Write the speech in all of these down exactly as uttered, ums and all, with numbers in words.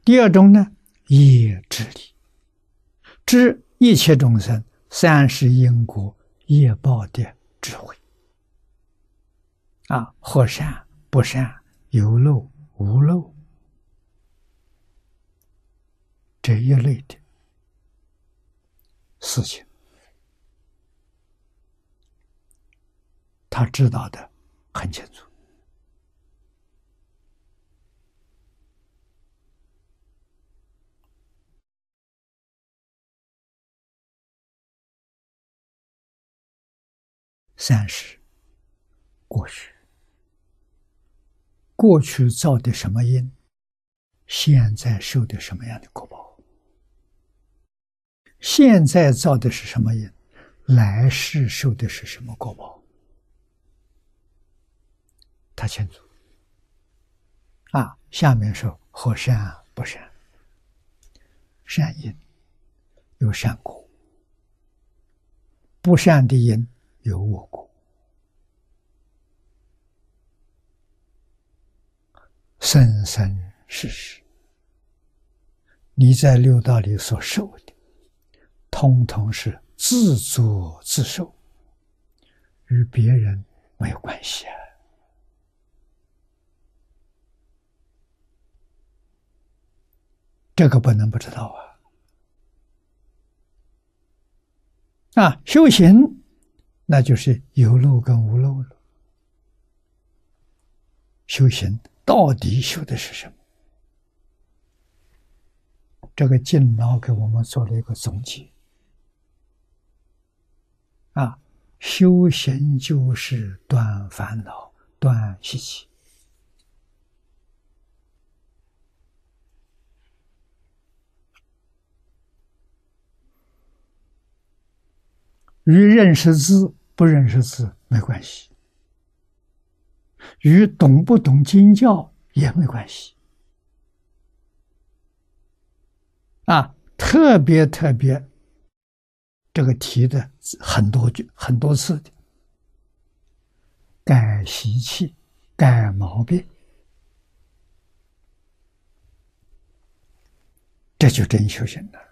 第二种呢，业智力，知一切众生三世因果业报的智慧。啊，或善不善，有漏无漏，这一类的事情，他知道的很清楚。三是过去，过去造的什么因，现在受的什么样的果报？现在造的是什么因，来世受的是什么果报？他清楚。啊，下面说或善不善，善因有善果，不善的因有恶果。生生世世，你在六道里所受的，通通是自作自受，与别人没有关系啊。这个不能不知道啊！啊，修行那就是有漏跟无漏了。修行到底修的是什么？这个经老给我们做了一个总结。啊，修行就是断烦恼，断习气。与认识字不认识字没关系，与懂不懂经教也没关系。啊，特别特别这个提的很多句很多次的，改习气，改毛病，这就真修行了。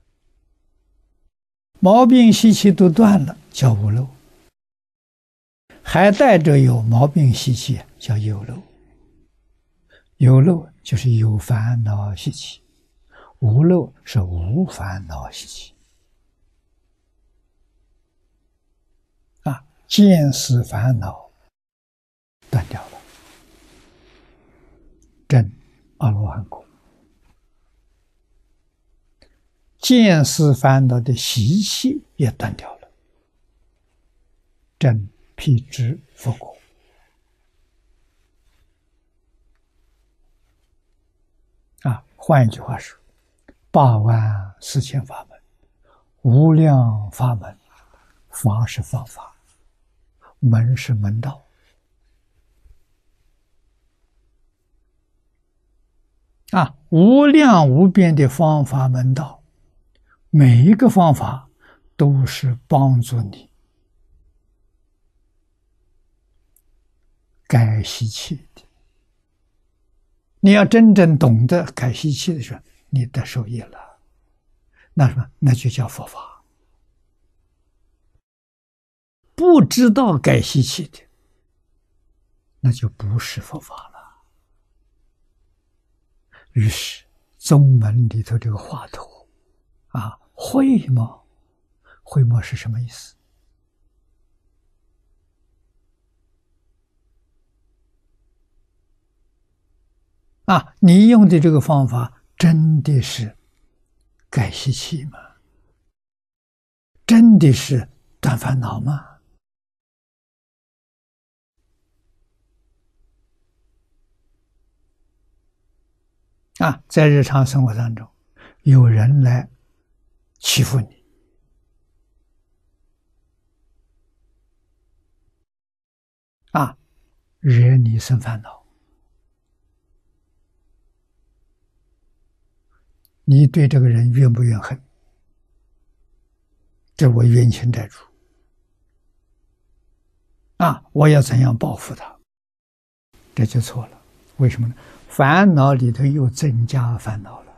毛病习气都断了，叫无漏；还带着有毛病习气，叫有漏。有漏就是有烦恼习气，无漏是无烦恼习气。啊，见思烦恼断掉了，证阿罗汉果。见思烦恼的习气也断掉了，证辟支佛果。啊，换一句话说，八万四千法门，无量法门，法是方法，门是门道。啊，无量无边的方法门道，每一个方法都是帮助你改习气的。你要真正懂得改习气的时候，你得受益了，那什么？那就叫佛法。不知道改习气的，那就不是佛法了。于是宗门里头这个话头啊，讳莫，讳莫是什么意思？啊，你用的这个方法真的是改习气吗？真的是断烦恼吗？啊，在日常生活当中，有人来欺负你，啊，惹你生烦恼，你对这个人怨不怨恨？这我冤亲债主啊，我要怎样报复他？这就错了。为什么呢？烦恼里头又增加烦恼了。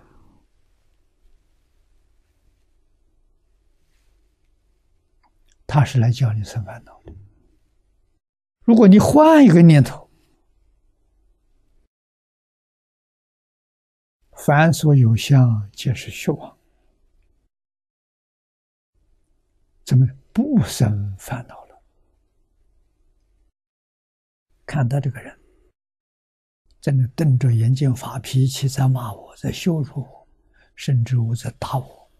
他是来教你生烦恼的。如果你换一个念头，凡所有相，皆是虚妄，怎么不生烦恼了？看到这个人在那瞪着眼睛发脾气，在骂我，在羞辱我，甚至我在打我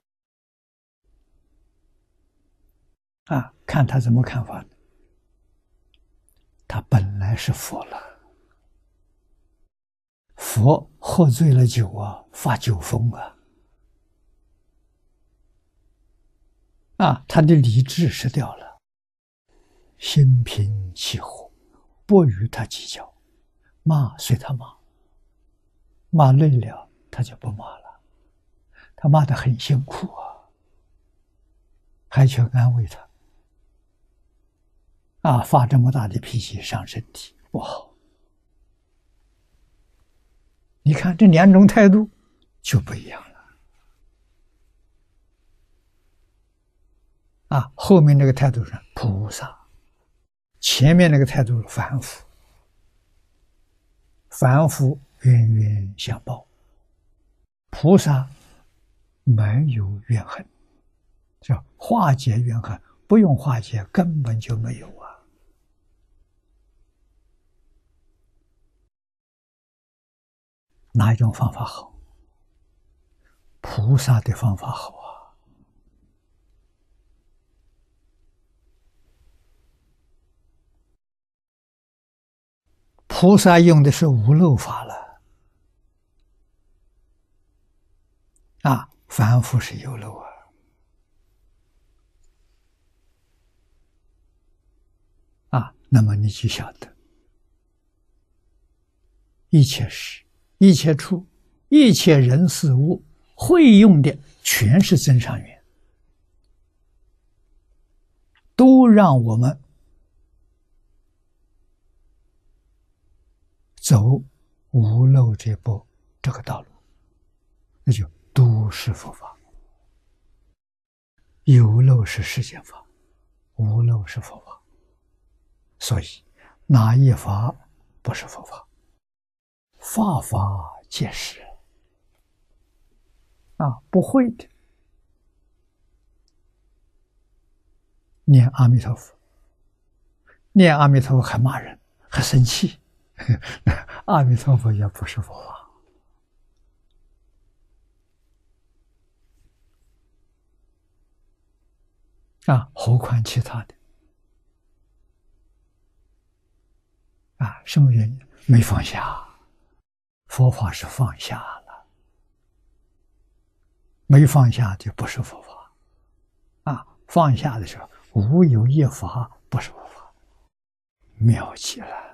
啊！看他怎么看法呢？他本来是佛了，佛喝醉了酒啊，发酒疯啊！啊，他的理智失掉了，心平气和，不与他计较，骂随他骂，骂累了他就不骂了，他骂得很辛苦啊，还去安慰他。啊，发这么大的脾气伤身体不好。你看这两种态度就不一样了。啊，后面那个态度是菩萨，前面那个态度是凡夫。凡夫冤冤相报，菩萨没有怨恨，叫化解怨恨，不用化解根本就没有啊。哪一种方法好？菩萨的方法好啊！菩萨用的是无漏法了啊，凡夫是有漏啊。啊，那么你就晓得，一切事、一切处、一切人事物会用的全是增上缘，都让我们走无漏这步这个道路，那就都是佛法。有漏是世间法，无漏是佛法。所以哪一法不是佛法？法法皆是啊！不会的，念阿弥陀佛，念阿弥陀佛还骂人，还生气，阿弥陀佛也不是佛法啊！何况其他的啊？什么原因？没放下。佛法是放下了，没放下就不是佛法啊！放下的时候，无有一法不是佛法，妙极了。